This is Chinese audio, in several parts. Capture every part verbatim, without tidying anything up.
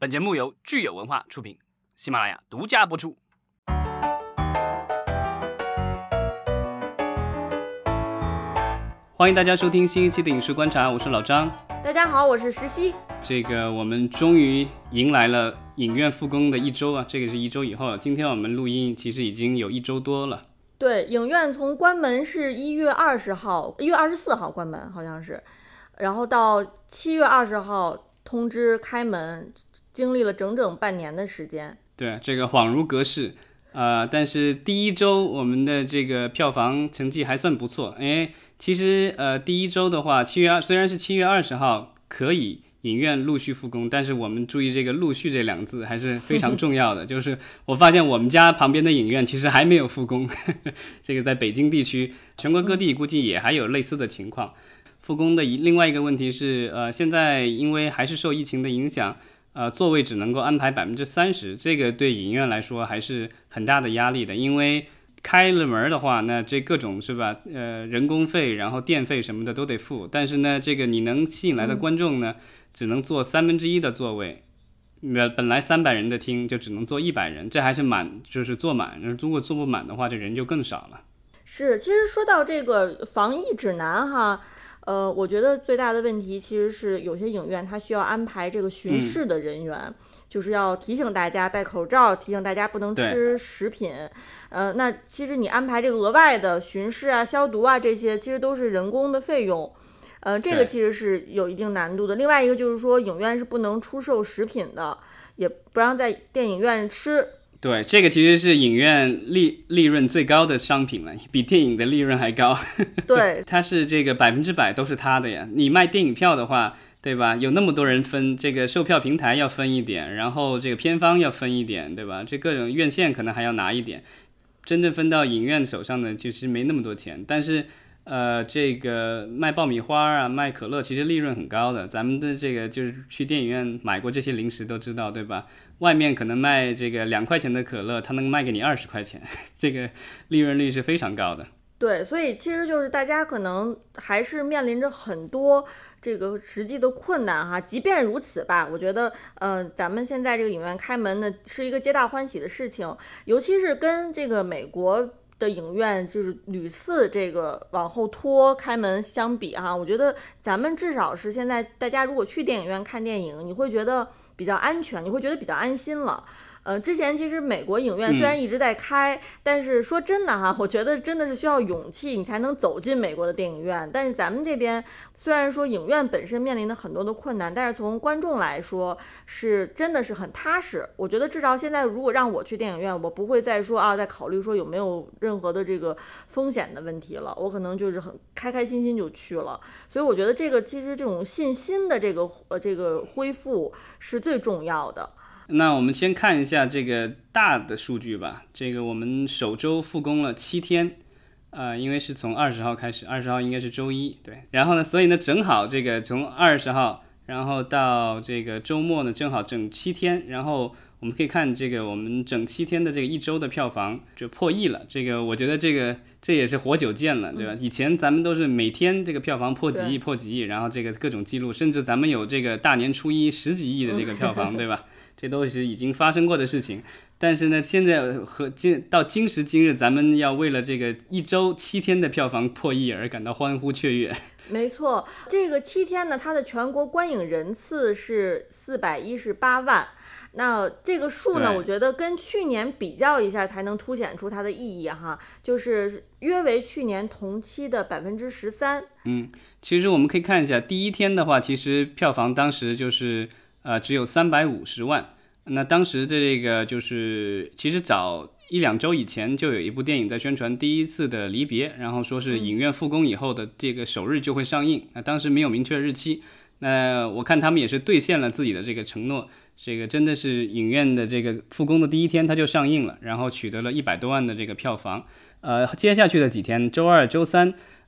本节目由聚友文化出品，喜马拉雅独家播出。欢迎大家收听新一期的影视观察，我是老张。 大家好，我是石溪。 这个我们终于迎来了影院复工的一周啊，这个是一周以后了。今天我们录音其实已经有一周多了。 对，影院从关门是一月二十号，一月二十四号关门好像是，然后到七月二十号通知开门，经历了整整半年的时间。 对，这个恍如隔世。呃，但是第一周我们的这个票房成绩还算不错，因为其实呃第一周的话，七月二虽然是七月二十号可以影院陆续复工，但是我们注意这个陆续这两个字还是非常重要的。就是我发现我们家旁边的影院其实还没有复工，这个在北京地区，全国各地估计也还有类似的情况。复工的另外一个问题是，呃，现在因为还是受疫情的影响。呃，座位只能够安排百分之三十，这个对影院来说还是很大的压力的。因为开了门的话，那这各种是吧，呃，人工费，然后电费什么的都得付。但是呢，这个你能吸引来的观众呢，嗯、只能坐三分之一的座位。呃，本来三百人的厅就只能坐一百人，这还是满，就是坐满。如果坐不满的话，这人就更少了。 是，其实说到这个防疫指南哈。呃，我觉得最大的问题其实是有些影院它需要安排这个巡视的人员，嗯、就是要提醒大家戴口罩，提醒大家不能吃食品。呃，那其实你安排这个额外的巡视啊、消毒啊这些，其实都是人工的费用。呃，这个其实是有一定难度的。另外一个就是说，影院是不能出售食品的，也不让在电影院吃。 对，这个其实是影院利利润最高的商品了，比电影的利润还高。 对， 它是这个百分之百都是它的呀。你卖电影票的话，对吧？有那么多人分，这个售票平台要分一点，然后这个片方要分一点，对吧？这各种院线可能还要拿一点，真正分到影院手上的其实没那么多钱。但是，呃，这个卖爆米花啊，卖可乐，其实利润很高的。咱们的这个就是去电影院买过这些零食都知道，对吧？外面可能卖这个两块钱的可乐，它能卖给你二十块钱，这个利润率是非常高的。 对，所以其实就是大家可能还是面临着很多这个实际的困难哈。即便如此吧，我觉得呃，咱们现在这个影院开门呢是一个皆大欢喜的事情，尤其是跟这个美国的影院就是屡次这个往后拖开门相比哈，我觉得咱们至少是现在大家如果去电影院看电影，你会觉得比较安全，你会觉得比较安心了。呃，之前其实美国影院虽然一直在开，嗯、但是说真的哈，我觉得真的是需要勇气，你才能走进美国的电影院。但是咱们这边虽然说影院本身面临的很多的困难，但是从观众来说是真的是很踏实。我觉得至少现在如果让我去电影院，我不会再说啊，再考虑说有没有任何的这个风险的问题了，我可能就是很开开心心就去了。所以我觉得这个其实这种信心的这个呃这个恢复是最重要的。 那我们先看一下这个大的数据吧。这个我们首周复工了七天，呃，因为是从二十号开始，二十号应该是周一，对。然后呢，所以呢，正好这个从二十号，然后到这个周末呢，正好整七天。然后我们可以看这个我们整七天的这个一周的票房就破亿了。这个我觉得这个这也是活久见了，对吧？以前咱们都是每天这个票房破几亿、破几亿，然后这个各种记录，甚至咱们有这个大年初一十几亿的这个票房，对吧？这都是已经发生过的事情，但是呢，现在和今到今时今日，咱们要为了这个一周七天的票房破亿而感到欢呼雀跃。 没错，这个七天呢，它的全国观影人次是四百一十八万。那这个数呢，我觉得跟去年比较一下，才能凸显出它的意义哈，就是约为去年同期的百分之十三。 嗯，其实我们可以看一下，第一天的话，其实票房当时就是。呃，只有三百五十万。那当时的这个就是，其实早一两周以前就有一部电影在宣传第一次的离别，然后说是影院复工以后的这个首日就会上映。那当时没有明确日期。那我看他们也是兑现了自己的这个承诺，这个真的是影院的这个复工的第一天它就上映了，然后取得了一百多万的这个票房。呃，接下去的几天，周二、周三。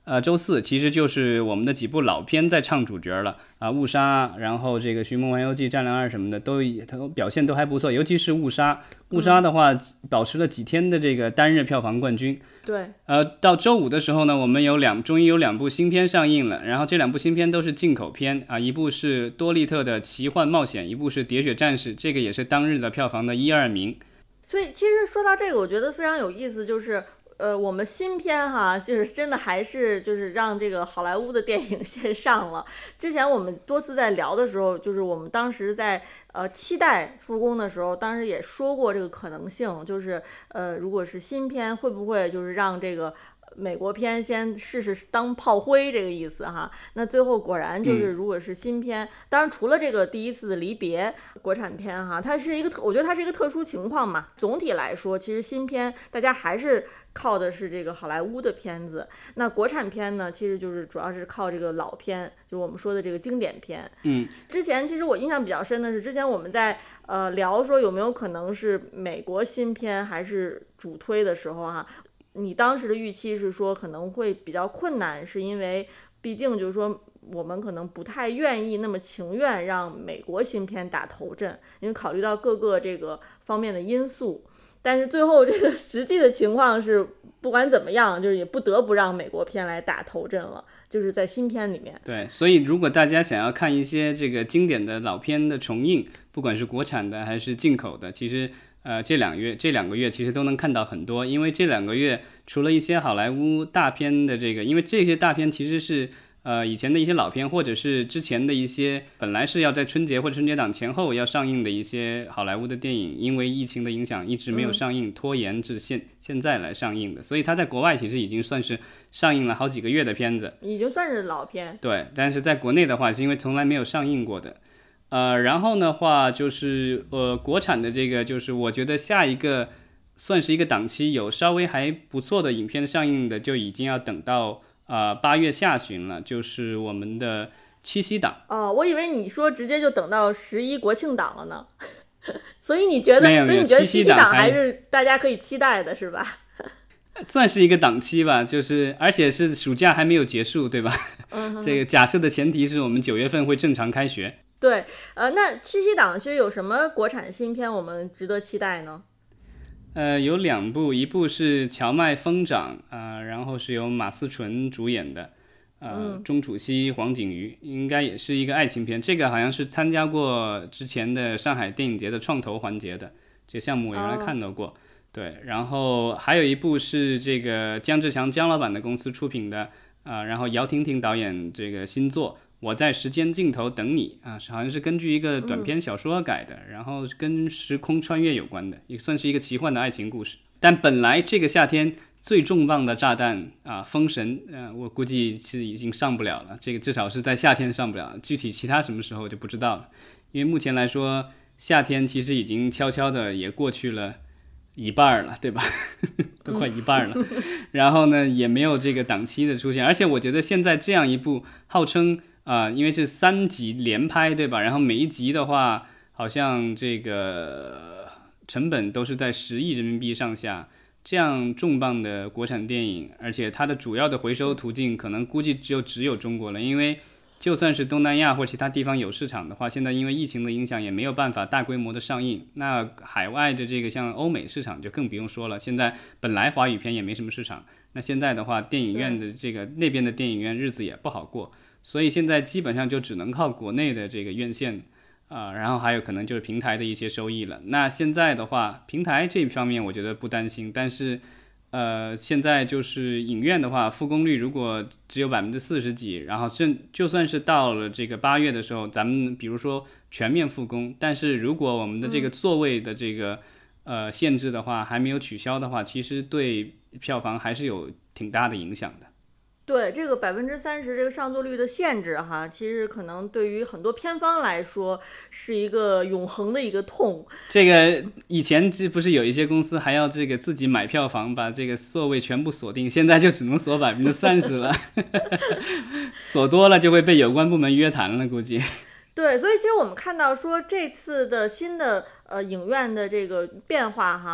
呃，周四其实就是我们的几部老片在唱主角了啊，误杀，然后这个《寻梦环游记》《战狼二》什么的都都表现都还不错，尤其是误杀，误杀的话、嗯、保持了几天的这个单日票房冠军。 对， 呃，到周五的时候呢，我们有两终于有两部新片上映了，然后这两部新片都是进口片啊，一部是多利特的奇幻冒险，一部是喋血战士，这个也是当日的票房的一二名。 所以其实说到这个，我觉得非常有意思，就是呃，我们新片哈，就是真的还是就是让这个好莱坞的电影先上了。之前我们多次在聊的时候，就是我们当时在呃期待复工的时候，当时也说过这个可能性，就是呃，如果是新片，会不会就是让这个美国片先试试当炮灰这个意思哈。那最后果然就是如果是新片、嗯、当然除了这个第一次的离别国产片哈，它是一个特我觉得它是一个特殊情况嘛。总体来说其实新片大家还是靠的是这个好莱坞的片子，那国产片呢其实就是主要是靠这个老片，就是我们说的这个经典片。 嗯， 之前其实我印象比较深的是之前我们在呃聊说有没有可能是美国新片还是主推的时候哈，你当时的预期是说可能会比较困难，是因为毕竟就是说我们可能不太愿意那么情愿让美国新片打头阵，因为考虑到各个这个方面的因素。但是最后这个实际的情况是不管怎么样就是也不得不让美国片来打头阵了，就是在新片里面。 对，所以如果大家想要看一些这个经典的老片的重映，不管是国产的还是进口的，其实呃，这两月这两个月其实都能看到很多，因为这两个月除了一些好莱坞大片的这个，因为这些大片其实是呃以前的一些老片，或者是之前的一些本来是要在春节或者春节档前后要上映的一些好莱坞的电影，因为疫情的影响一直没有上映，嗯、拖延至现现在来上映的，所以它在国外其实已经算是上映了好几个月的片子， 已经算是老片。 对，但是在国内的话是因为从来没有上映过的。呃，然后的话就是呃，国产的这个就是我觉得下一个算是一个档期有稍微还不错的影片上映的，就已经要等到呃八月下旬了，就是我们的七夕档。 哦，我以为你说直接就等到十一国庆档了呢，所以你觉得， 没有没有， 所以你觉得七夕档还是大家可以期待的，是吧？ 算是一个档期吧，就是而且是暑假还没有结束，对吧？嗯，这个假设的前提是我们九月份会正常开学。 对，呃，那七夕档其实有什么国产新片我们值得期待呢？ 呃，有两部，一部是《荞麦疯长》啊、呃，然后是由马思纯主演的，呃， 嗯、 钟楚曦、黄景瑜，应该也是一个爱情片。这个好像是参加过之前的上海电影节的创投环节的，这个项目我原来看到过。哦、对，然后还有一部是这个姜志强姜老板的公司出品的，啊、呃，然后姚婷婷导演这个新作。我在时间尽头等你啊，好像是根据一个短篇小说改的，嗯、然后跟时空穿越有关的，也算是一个奇幻的爱情故事。但本来这个夏天最重磅的炸弹啊，封神，呃，我估计是已经上不了了，这个至少是在夏天上不了，具体其他什么时候就不知道了。因为目前来说，夏天其实已经悄悄的也过去了一半了，对吧？都快一半了，然后呢，也没有这个档期的出现，而且我觉得现在这样一部号称啊、呃，因为是三集连拍，对吧？然后每一集的话，好像这个成本都是在十亿人民币上下，这样重磅的国产电影，而且它的主要的回收途径可能估计就只有中国了，因为就算是东南亚或其他地方有市场的话，现在因为疫情的影响也没有办法大规模的上映。那海外的这个像欧美市场就更不用说了，现在本来华语片也没什么市场，那现在的话电影院的这个那边的电影院日子也不好过。所以现在基本上就只能靠国内的这个院线啊、呃，然后还有可能就是平台的一些收益了。那现在的话，平台这方面我觉得不担心，但是呃，现在就是影院的话，复工率如果只有百分之四十几，然后甚就算是到了这个八月的时候，咱们比如说全面复工，但是如果我们的这个座位的这个、嗯、呃限制的话还没有取消的话，其实对票房还是有挺大的影响的。 对这个百分之三十这个上座率的限制哈，其实可能对于很多片方来说是一个永恒的一个痛。 这个以前这不是有一些公司还要这个自己买票房，把这个座位全部锁定，现在就只能锁百分之三十了，锁多了就会被有关部门约谈了，估计。 对，所以其实我们看到说这次的新的呃影院的这个变化哈。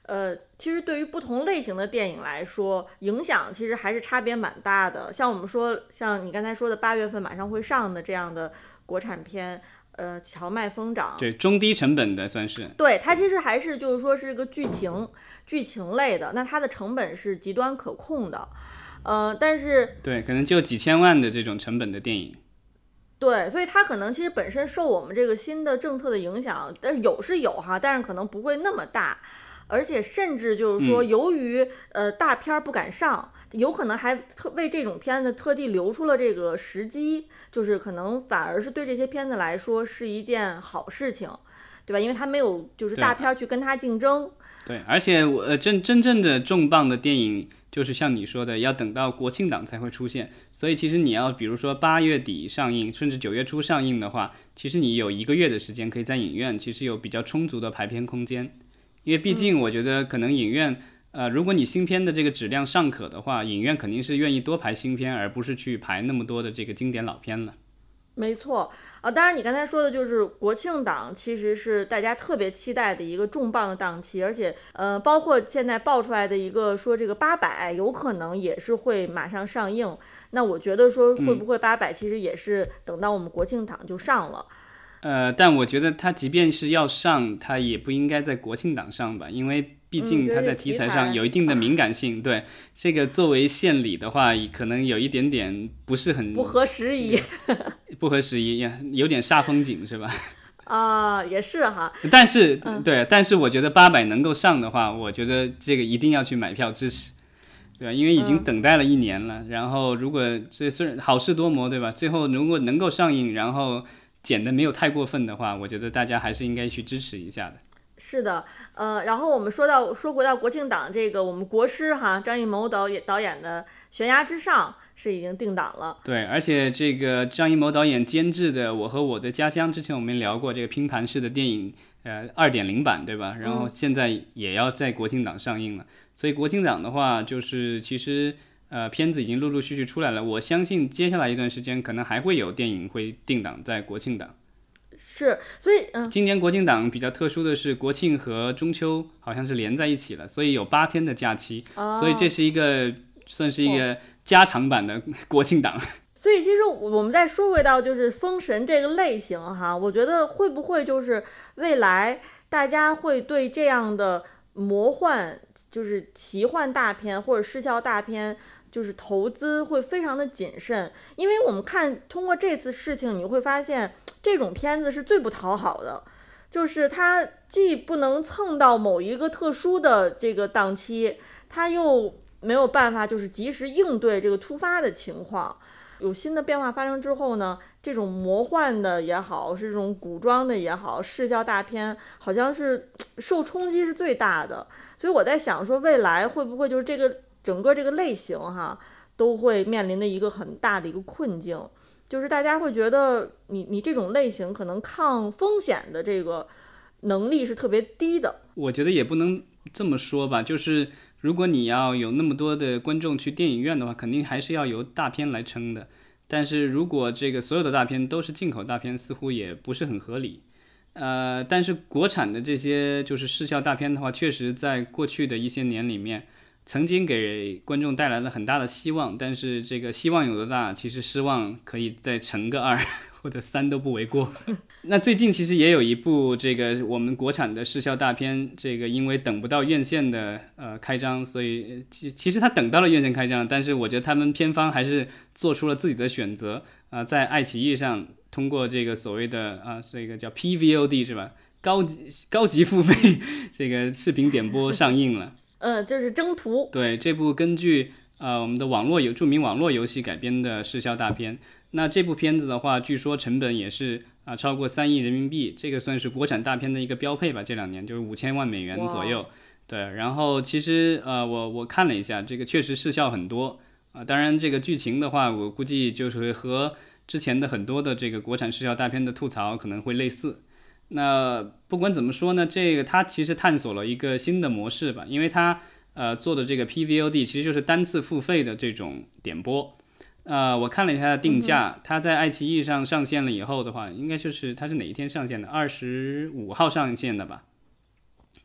呃，其实对于不同类型的电影来说，影响其实还是差别蛮大的。像我们说，像你刚才说的八月份马上会上的这样的国产片，呃，荞麦疯长， 对，中低成本的算是。 对，它其实还是就是说是一个剧情剧情类的，那它的成本是极端可控的，呃，但是对，可能就几千万的这种成本的电影。 对，所以它可能其实本身受我们这个新的政策的影响，但是有是有哈，但是可能不会那么大，而且甚至就是说，由于、嗯、呃大片不敢上，有可能还特为这种片子特地留出了这个时机，就是可能反而是对这些片子来说是一件好事情，对吧？因为它没有就是大片去跟它竞争。 对，而且呃真真正的重磅的电影，就是像你说的，要等到国庆档才会出现。所以其实你要比如说八月底上映，甚至九月初上映的话，其实你有一个月的时间可以在影院，其实有比较充足的排片空间。因为毕竟我觉得可能影院，呃，如果你新片的这个质量尚可的话，影院肯定是愿意多排新片，而不是去排那么多的这个经典老片了。 没错啊，当然你刚才说的就是国庆档，其实是大家特别期待的一个重磅的档期，而且呃，包括现在爆出来的一个说这个八佰有可能也是会马上上映。那我觉得说会不会八佰其实也是等到我们国庆档就上了。 呃，但我觉得它即便是要上，它也不应该在国庆档上吧，因为毕竟它在题材上有一定的敏感性。嗯、对这个作为献礼的话，可能有一点点不是很不合时宜， 不合时宜，有点煞风景是吧？ 啊、呃，也是哈。 但是、 嗯、 对，但是我觉得八佰能够上的话，我觉得这个一定要去买票支持。对吧？因为已经等待了一年了，嗯、然后如果这虽然好事多磨，对吧？最后如果能够上映，然后剪的没有太过分的话，我觉得大家还是应该去支持一下的。 是的，呃，然后我们说到说回到国庆档这个，我们国师哈张艺谋导演导演的《悬崖之上》是已经定档了。 对，而且这个张艺谋导演监制的《我和我的家乡》，之前我们聊过这个拼盘式的电影，呃，二点零版对吧？然后现在也要在国庆档上映了，嗯、所以国庆档的话，就是其实。呃，片子已经陆陆续续出来了，我相信接下来一段时间可能还会有电影会定档在国庆档。 是，所以嗯， 今年国庆档比较特殊的是，国庆和中秋好像是连在一起了，所以有八天的假期， 哦、 所以这是一个算是一个加长版的国庆档。 所以其实我们再说回到就是封神这个类型哈，我觉得会不会就是未来大家会对这样的魔幻就是奇幻大片或者视效大片。就是投资会非常的谨慎，因为我们看通过这次事情，你会发现这种片子是最不讨好的，就是它既不能蹭到某一个特殊的这个档期，它又没有办法就是及时应对这个突发的情况。有新的变化发生之后呢，这种魔幻的也好，是这种古装的也好，视效大片好像是受冲击是最大的。所以我在想说，未来会不会就是这个。整个这个类型哈，都会面临的一个很大的一个困境，就是大家会觉得你你这种类型可能抗风险的这个能力是特别低的。 我觉得也不能这么说吧，就是如果你要有那么多的观众去电影院的话，肯定还是要由大片来撑的。但是如果这个所有的大片都是进口大片，似乎也不是很合理。呃，但是国产的这些就是视效大片的话，确实在过去的一些年里面。曾经给观众带来了很大的希望，但是这个希望有多大，其实失望可以再乘个二或者三都不为过。那最近其实也有一部这个我们国产的视效大片，这个因为等不到院线的呃开张，所以其其实他等到了院线开张，但是我觉得他们片方还是做出了自己的选择啊、呃，在爱奇艺上通过这个所谓的啊、呃、这个叫 P V O D 是吧？高级高级付费这个视频点播上映了。 嗯，这是征途。 对，这部根据呃我们的网络有著名网络游戏改编的视效大片，那这部片子的话，据说成本也是啊、呃、超过三亿人民币，这个算是国产大片的一个标配吧，这两年就是五千万美元左右。对，然后其实呃我我看了一下，这个确实视效很多啊、呃，当然这个剧情的话，我估计就是和之前的很多的这个国产视效大片的吐槽可能会类似。那不管怎么说呢，这个它其实探索了一个新的模式吧，因为它呃做的这个 P V O D 其实就是单次付费的这种点播。呃，我看了一下它的定价，它在爱奇艺上上线了以后的话，应该就是它是哪一天上线的？二十五号上线的吧。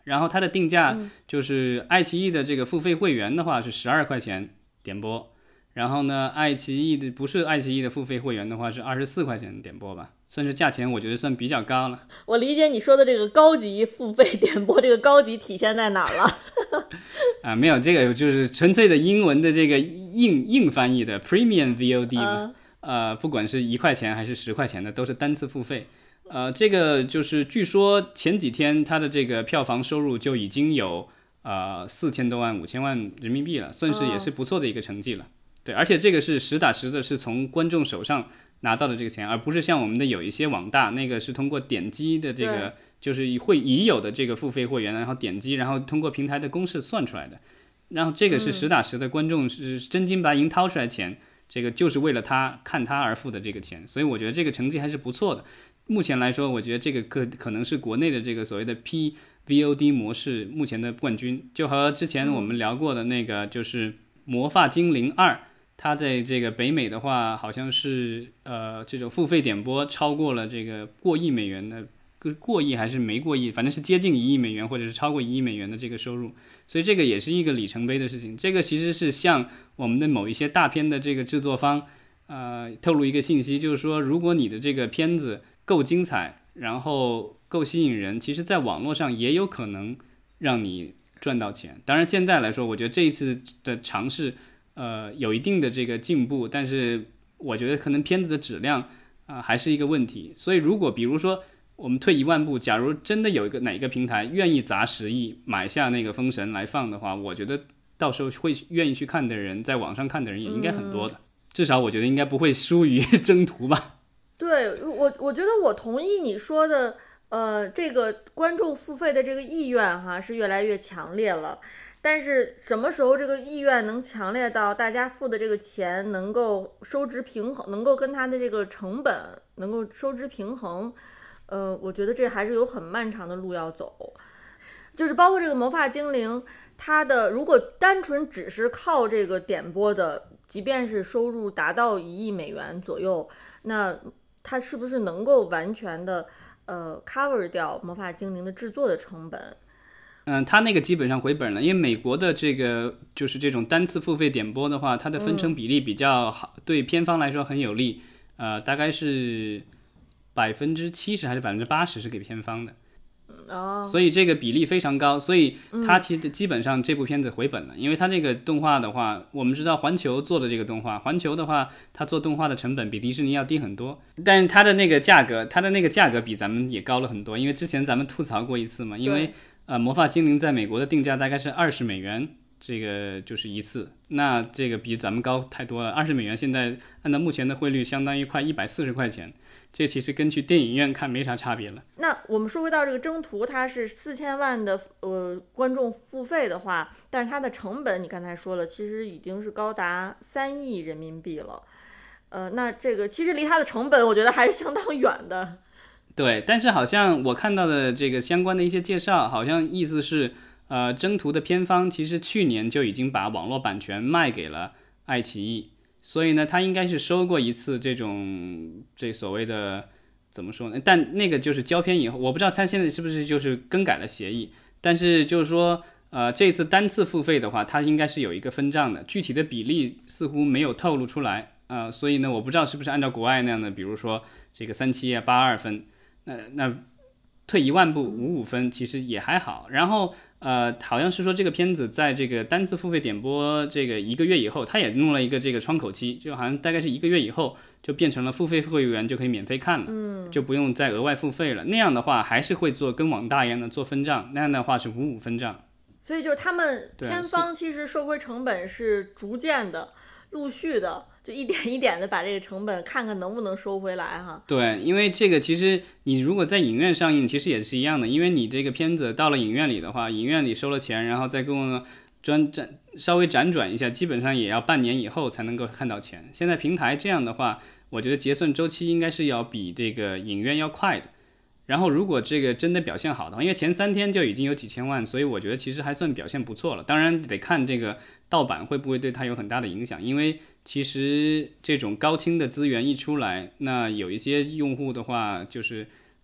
然后它的定价就是爱奇艺的这个付费会员的话是十二块钱点播，然后呢，爱奇艺的不是爱奇艺的付费会员的话是二十四块钱点播吧，算是价钱我觉得算比较高了。 我理解你说的这个高级付费点播，这个高级体现在哪儿了？ 啊，没有，这个就是纯粹的英文的这个硬硬翻译的 Premium V O D 嘛，啊、呃，不管是一块钱还是十块钱的，都是单次付费。呃，这个就是据说前几天它的这个票房收入就已经有呃四千多万、五千万人民币了，算是也是不错的一个成绩了。对，而且这个是实打实的，是从观众手上拿到的这个钱，而不是像我们的有一些网大那个是通过点击的这个，就是会已有的这个付费会员，然后点击，然后通过平台的公式算出来的。然后这个是实打实的，观众是真金白银掏出来钱，这个就是为了他看他而付的这个钱，所以我觉得这个成绩还是不错的。目前来说，我觉得这个可可能是国内的这个所谓的 P V O D 模式目前的冠军，就和之前我们聊过的那个就是《魔发精灵二》。它在这个北美的话，好像是呃这种付费点播超过了这个过亿美元的，过亿还是没过亿，反正是接近一亿美元或者是超过一亿美元的这个收入，所以这个也是一个里程碑的事情。这个其实是向我们的某一些大片的这个制作方呃透露一个信息，就是说如果你的这个片子够精彩，然后够吸引人，其实在网络上也有可能让你赚到钱。当然现在来说，我觉得这一次的尝试呃，有一定的这个进步，但是我觉得可能片子的质量啊、呃、还是一个问题。所以如果比如说我们退一万步，假如真的有一个哪一个平台愿意砸十亿买下那个封神来放的话，我觉得到时候会愿意去看的人，在网上看的人也应该很多的，嗯、至少我觉得应该不会输于征途吧。 对，我我觉得我同意你说的，呃，这个观众付费的这个意愿哈是越来越强烈了。但是什么时候这个意愿能强烈到大家付的这个钱能够收支平衡，能够跟它的这个成本能够收支平衡，呃，我觉得这还是有很漫长的路要走。就是包括这个魔发精灵，它的如果单纯只是靠这个点播的，即便是收入达到一亿美元左右，那它是不是能够完全的呃 cover 掉魔发精灵的制作的成本？ 嗯，它那个基本上回本了，因为美国的这个就是这种单次付费点播的话，它的分成比例比较好，嗯、对片方来说很有利。呃，大概是百分之七十还是百分之八十是给片方的， 哦， 所以这个比例非常高，所以它其实基本上这部片子回本了，嗯、因为它这个动画的话，我们知道环球做的这个动画，环球的话，它做动画的成本比迪士尼要低很多，但是它的那个价格，它的那个价格比咱们也高了很多，因为之前咱们吐槽过一次嘛，因为。呃，魔发精灵在美国的定价大概是二十美元，这个就是一次，那这个比咱们高太多了。二十美元现在按照目前的汇率，相当于快一百四十块钱，这其实跟去电影院看没啥差别了。 那我们说回到这个征途，它是四千万的呃观众付费的话，但是它的成本你刚才说了，其实已经是高达三亿人民币了。呃，那这个其实离它的成本，我觉得还是相当远的。 对，但是好像我看到的这个相关的一些介绍，好像意思是，呃，征途的片方其实去年就已经把网络版权卖给了爱奇艺，所以呢，他应该是收过一次这种这所谓的怎么说呢？但那个就是交片以后，我不知道他现在是不是就是更改了协议，但是就是说，呃，这次单次付费的话，它应该是有一个分账的，具体的比例似乎没有透露出来啊、呃，所以呢，我不知道是不是按照国外那样的，比如说这个三七啊、八二分。那那退一万步五五分其实也还好，然后呃好像是说这个片子在这个单次付费点播这个一个月以后，他也弄了一个这个窗口期，就好像大概是一个月以后就变成了付费会员就可以免费看了，嗯，就不用再额外付费了。那样的话还是会做跟网大一样的做分账，那样的话是五五分账。 所以就是他们片方其实收回成本是逐渐的、陆续的。就一点一点的把这个成本看看能不能收回来哈。 对，因为这个其实你如果在影院上映，其实也是一样的，因为你这个片子到了影院里的话，影院里收了钱，然后再给我转转稍微辗转一下，基本上也要半年以后才能够看到钱。现在平台这样的话，我觉得结算周期应该是要比这个影院要快的。然后如果这个真的表现好的话，因为前三天就已经有几千万，所以我觉得其实还算表现不错了。当然得看这个盗版会不会对它有很大的影响，因为其实这种高清的资源一出来，那有一些用户的话就是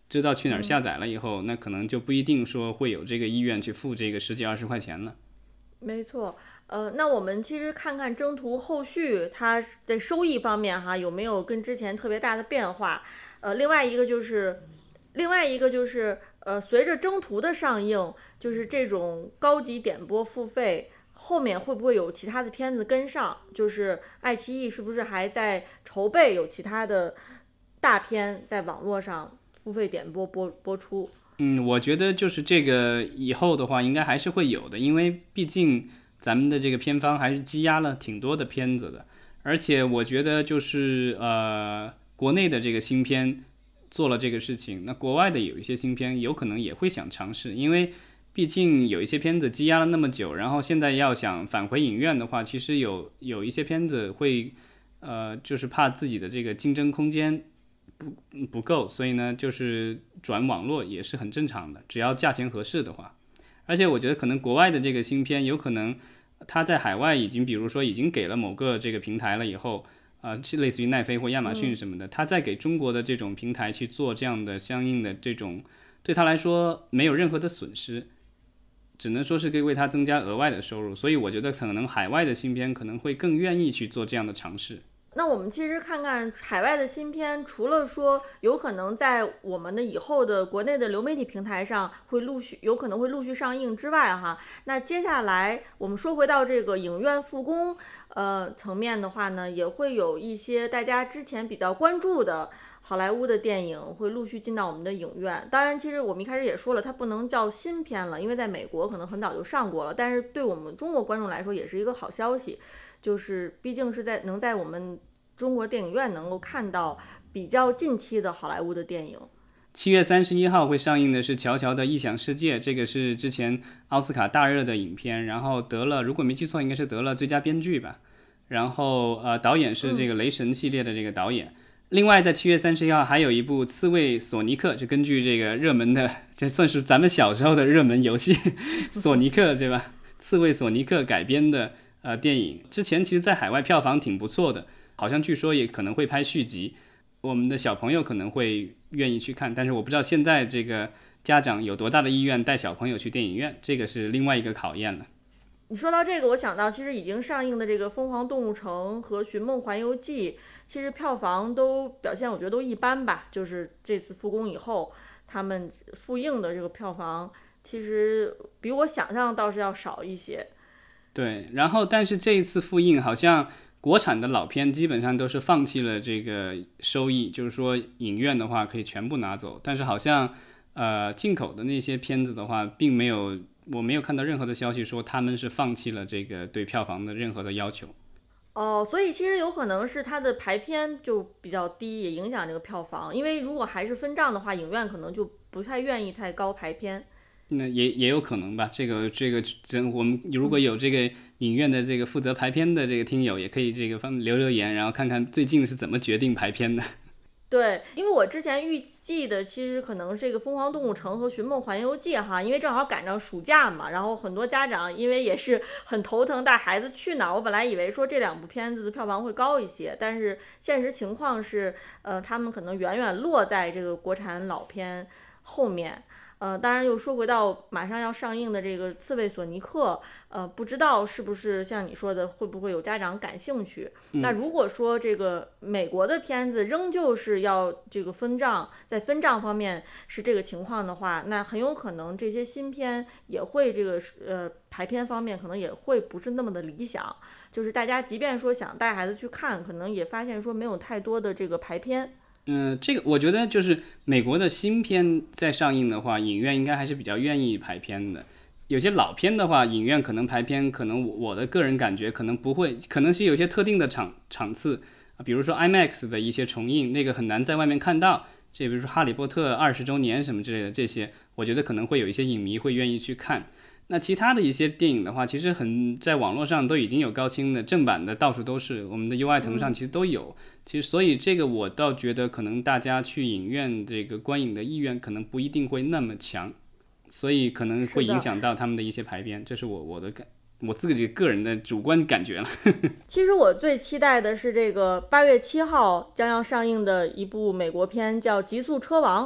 知道去哪儿下载了以后，那可能就不一定说会有这个意愿去付这个十几二十块钱了。 没错，呃，那我们其实看看征途后续它的收益方面哈，有没有跟之前特别大的变化？呃，另外一个就是，另外一个就是，呃，随着征途的上映，就是这种高级点播付费，后面会不会有其他的片子跟上？就是爱奇艺是不是还在筹备有其他的大片在网络上付费点播播播出？ 嗯，我觉得就是这个以后的话，应该还是会有的，因为毕竟咱们的这个片方还是积压了挺多的片子的，而且我觉得就是呃，国内的这个新片做了这个事情，那国外的有一些新片有可能也会想尝试，因为毕竟有一些片子积压了那么久，然后现在要想返回影院的话，其实有有一些片子会呃，就是怕自己的这个竞争空间不不够，所以呢，就是转网络也是很正常的，只要价钱合适的话。而且我觉得可能国外的这个新片，有可能它在海外已经，比如说已经给了某个这个平台了以后，呃，类似于奈飞或亚马逊什么的，它再给中国的这种平台去做这样的相应的这种，对他来说没有任何的损失，只能说是可以为他增加额外的收入。所以我觉得可能海外的新片可能会更愿意去做这样的尝试。 那我们其实看看海外的新片，除了说有可能在我们的以后的国内的流媒体平台上会陆续有可能会陆续上映之外哈，那接下来我们说回到这个影院复工呃层面的话呢，也会有一些大家之前比较关注的好莱坞的电影会陆续进到我们的影院。当然其实我们一开始也说了，它不能叫新片了，因为在美国可能很早就上过了，但是对我们中国观众来说也是一个好消息，就是毕竟是在能在我们中国电影院能够看到比较近期的好莱坞的电影。 七月三十一号会上映的是《乔乔的异想世界》，这个是之前奥斯卡大热的影片，然后得了，如果没记错，应该是得了最佳编剧吧。然后呃，导演是这个雷神系列的这个导演。嗯、另外，在七月三十一号还有一部《刺猬索尼克》，就根据这个热门的，这算是咱们小时候的热门游戏索尼克对吧？刺猬索尼克改编的呃电影，之前其实在海外票房挺不错的。好像据说也可能会拍续集，我们的小朋友可能会愿意去看，但是我不知道现在这个家长有多大的意愿带小朋友去电影院，这个是另外一个考验了。 你说到这个，我想到其实已经上映的这个《疯狂动物城》和《寻梦环游记》，其实票房都表现我觉得都一般吧，就是这次复工以后他们复映的这个票房其实比我想象的倒是要少一些。 对，然后但是这一次复映好像国产的老片基本上都是放弃了这个收益，就是说影院的话可以全部拿走，但是好像呃进口的那些片子的话，并没有，我没有看到任何的消息说他们是放弃了这个对票房的任何的要求。 哦，所以其实有可能是它的排片就比较低，也影响这个票房，因为如果还是分账的话，影院可能就不太愿意太高排片。 那也也有可能吧，这个这个真我们如果有这个影院的这个负责排片的这个听友，也可以这个方留留言，然后看看最近是怎么决定排片的。 对，因为我之前预计的其实可能这个《疯狂动物城》和《寻梦环游记》哈，因为正好赶上暑假嘛，然后很多家长因为也是很头疼带孩子去哪儿，我本来以为说这两部片子的票房会高一些，但是现实情况是，呃，他们可能远远落在这个国产老片后面。呃，当然又说回到马上要上映的这个《刺猬索尼克》，呃，不知道是不是像你说的，会不会有家长感兴趣？ 嗯、 那如果说这个美国的片子仍旧是要这个分账，在分账方面是这个情况的话，那很有可能这些新片也会这个呃排片方面可能也会不是那么的理想，就是大家即便说想带孩子去看，可能也发现说没有太多的这个排片。 嗯、呃，这个我觉得就是美国的新片在上映的话，影院应该还是比较愿意排片的。有些老片的话，影院可能排片，可能我的个人感觉可能不会，可能是有些特定的场场次，比如说 IMAX 的一些重映，那个很难在外面看到。这比如说《哈利波特》二十周年什么之类的，这些我觉得可能会有一些影迷会愿意去看。那其他的一些电影的话，其实很在网络上都已经有高清的正版的，到处都是，我们的优爱腾上其实都有。其实所以这个我倒觉得可能大家去影院这个观影的意愿可能不一定会那么强，所以可能会影响到他们的一些排片，这是我我的感我自己个人的主观感觉了。 其实我最期待的是这个八月七号将要上映的一部美国片，叫《极速车王》。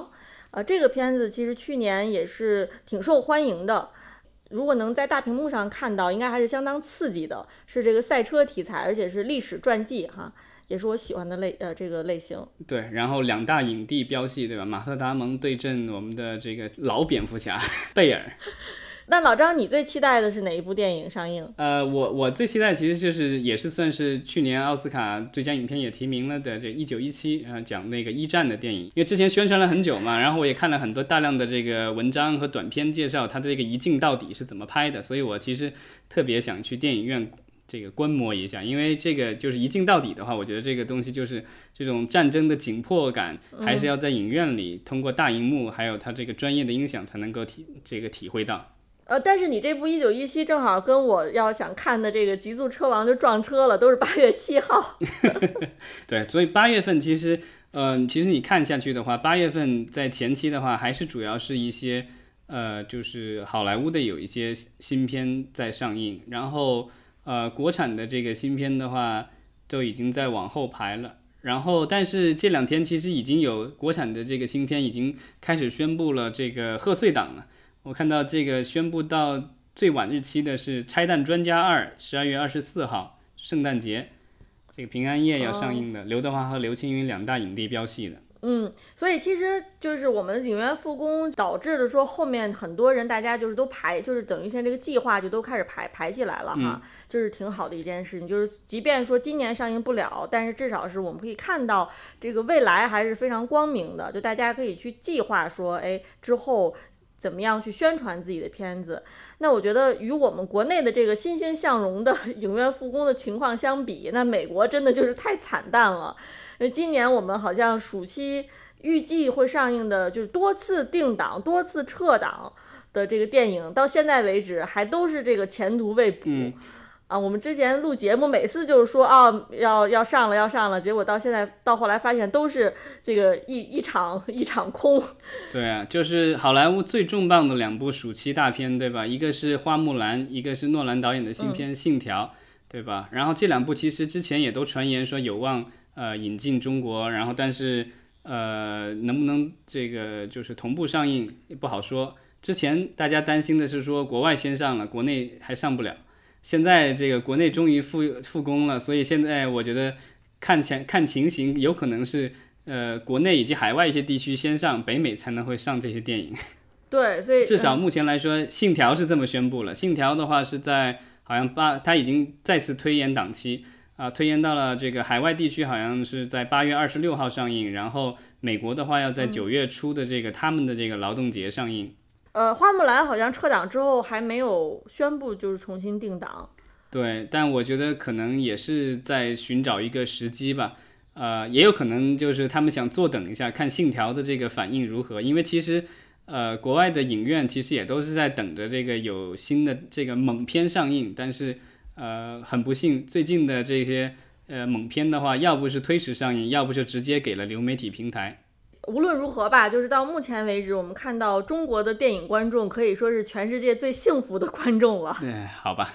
呃，这个片子其实去年也是挺受欢迎的。如果能在大屏幕上看到，应该还是相当刺激的，是这个赛车题材，而且是历史传记哈，也是我喜欢的类呃这个类型。 对，然后两大影帝飙戏，对吧？马特·达蒙对阵我们的这个老蝙蝠侠贝尔。 那老张，你最期待的是哪一部电影上映？ 呃，我我最期待其实就是也是算是去年奥斯卡最佳影片也提名了的这一九一七，呃，讲那个一战的电影，因为之前宣传了很久嘛，然后我也看了很多大量的这个文章和短片介绍它的这个一镜到底是怎么拍的，所以我其实特别想去电影院这个观摩一下，因为这个就是一镜到底的话，我觉得这个东西就是这种战争的紧迫感，还是要在影院里通过大荧幕还有它这个专业的音响才能够体这个体会到。 呃，但是你这部一九一七正好跟我要想看的这个《极速车王》就撞车了，都是八月七号。 对，所以八月份其实，嗯、呃，其实你看下去的话，八月份在前期的话，还是主要是一些，呃，就是好莱坞的有一些新片在上映，然后呃，国产的这个新片的话，都已经在往后排了。然后，但是这两天其实已经有国产的这个新片已经开始宣布了这个贺岁档了。我看到这个宣布到最晚日期的是《拆弹专家二》，十二月二十四号，圣诞节，这个平安夜要上映的，刘德华和刘青云两大影帝飙戏的。 嗯，所以其实就是我们影院复工导致的说，后面很多人大家就是都排，就是等于现在这个计划就都开始排排起来了哈， 嗯、 就是挺好的一件事情。就是即便说今年上映不了，但是至少是我们可以看到这个未来还是非常光明的，就大家可以去计划说，哎，之后怎么样去宣传自己的片子。那我觉得与我们国内的这个欣欣向荣的影院复工的情况相比，那美国真的就是太惨淡了。今年我们好像暑期预计会上映的，就是多次定档、多次撤档的这个电影，到现在为止还都是这个前途未卜。 嗯啊，我们之前录节目，每次就是说啊，要要上了，要上了，结果到现在到后来发现都是这个一一场一场空。 对啊，就是好莱坞最重磅的两部暑期大片，对吧？一个是《花木兰》，一个是诺兰导演的新片《信条》，嗯，对吧？然后这两部其实之前也都传言说有望呃引进中国，然后但是呃能不能这个就是同步上映也不好说。之前大家担心的是说国外先上了，国内还上不了。现在这个国内终于复复工了，所以现在我觉得看前看情形，有可能是呃国内以及海外一些地区先上，北美才能会上这些电影。 对，所以至少目前来说，《信条》是这么宣布了。《信条》的话是在好像八，它已经再次推延档期啊、呃，推延到了这个海外地区，好像是在八月二十六号上映，然后美国的话要在九月初的这个、嗯、他们的这个劳动节上映。 呃，花木兰好像撤档之后还没有宣布就是重新定档。 对，但我觉得可能也是在寻找一个时机吧。呃，也有可能就是他们想坐等一下，看《信条》的这个反应如何。因为其实，呃，国外的影院其实也都是在等着这个有新的这个猛片上映，但是呃，很不幸，最近的这些呃猛片的话，要不是推迟上映，要不就直接给了流媒体平台。 无论如何吧，就是到目前为止，我们看到中国的电影观众可以说是全世界最幸福的观众了。 对，好吧。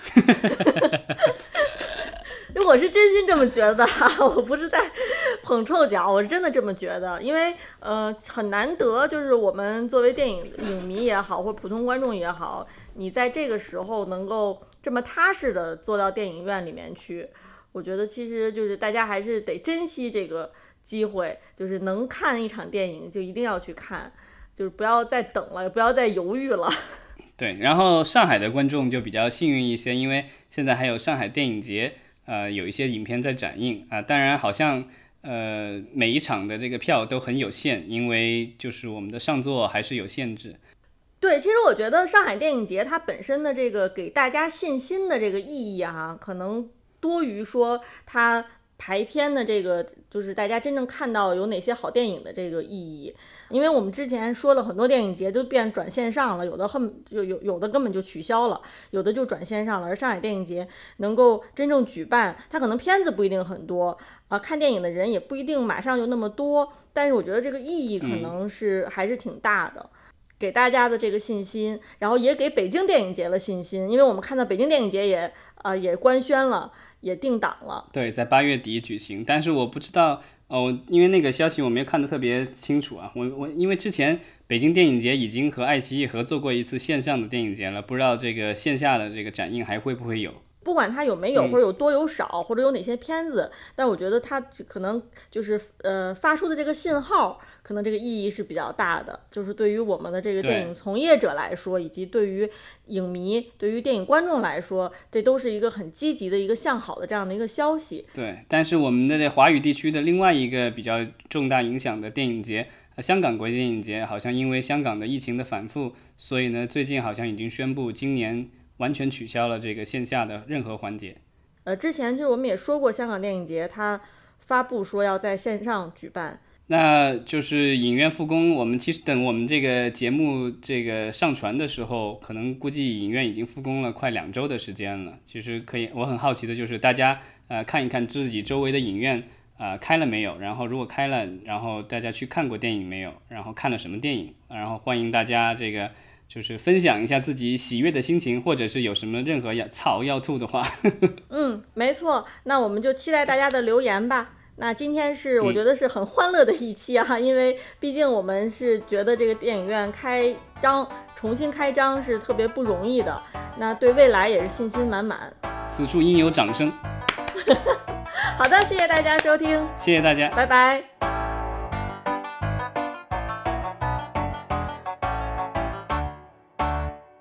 我是真心这么觉得，我不是在捧臭脚，我是真的这么觉得。因为呃很难得，就是我们作为电影影迷也好，或普通观众也好，你在这个时候能够这么踏实的坐到电影院里面去，我觉得其实就是大家还是得珍惜这个机会，就是能看一场电影就一定要去看，就是不要再等了，也不要再犹豫了。 对，然后上海的观众就比较幸运一些，因为现在还有上海电影节，呃，有一些影片在展映啊、呃。当然，好像呃每一场的这个票都很有限，因为就是我们的上座还是有限制。 对，其实我觉得上海电影节它本身的这个给大家信心的这个意义啊，可能多于说它排片的这个，就是大家真正看到有哪些好电影的这个意义。因为我们之前说了很多电影节都变转线上了，有的很有有有的根本就取消了，有的就转线上了。而上海电影节能够真正举办，它可能片子不一定很多啊、呃，看电影的人也不一定马上就那么多，但是我觉得这个意义可能是还是挺大的。嗯，给大家的这个信心，然后也给北京电影节了信心，因为我们看到北京电影节也呃也官宣了，也定档了。 对，在八月底举行，但是我不知道哦，因为那个消息我没有看得特别清楚啊。我我因为之前北京电影节已经和爱奇艺合作过一次线上的电影节了，不知道这个线下的这个展映还会不会有。 不管它有没有，或者有多有少，嗯、或者有哪些片子，但我觉得它可能就是呃发出的这个信号，可能这个意义是比较大的，就是对于我们的这个电影从业者来说，以及对于影迷、对于电影观众来说，这都是一个很积极的一个向好的这样的一个消息。 对，但是我们的这华语地区的另外一个比较重大影响的电影节，香港国际电影节，好像因为香港的疫情的反复，所以呢，最近好像已经宣布今年完全取消了这个线下的任何环节。 呃，之前就是我们也说过，香港电影节它发布说要在线上举办， 那就是影院复工。我们其实等我们这个节目这个上传的时候，可能估计影院已经复工了快两周的时间了。其实可以，我很好奇的就是大家呃看一看自己周围的影院呃开了没有，然后如果开了，然后大家去看过电影没有，然后看了什么电影，然后欢迎大家这个。就是分享一下自己喜悦的心情，或者是有什么任何要槽要吐的话。 嗯，没错，那我们就期待大家的留言吧。那今天是我觉得是很欢乐的一期啊，嗯、因为毕竟我们是觉得这个电影院开张重新开张是特别不容易的，那对未来也是信心满满。 此处应有掌声。 好的，谢谢大家收听， 谢谢大家， 拜拜。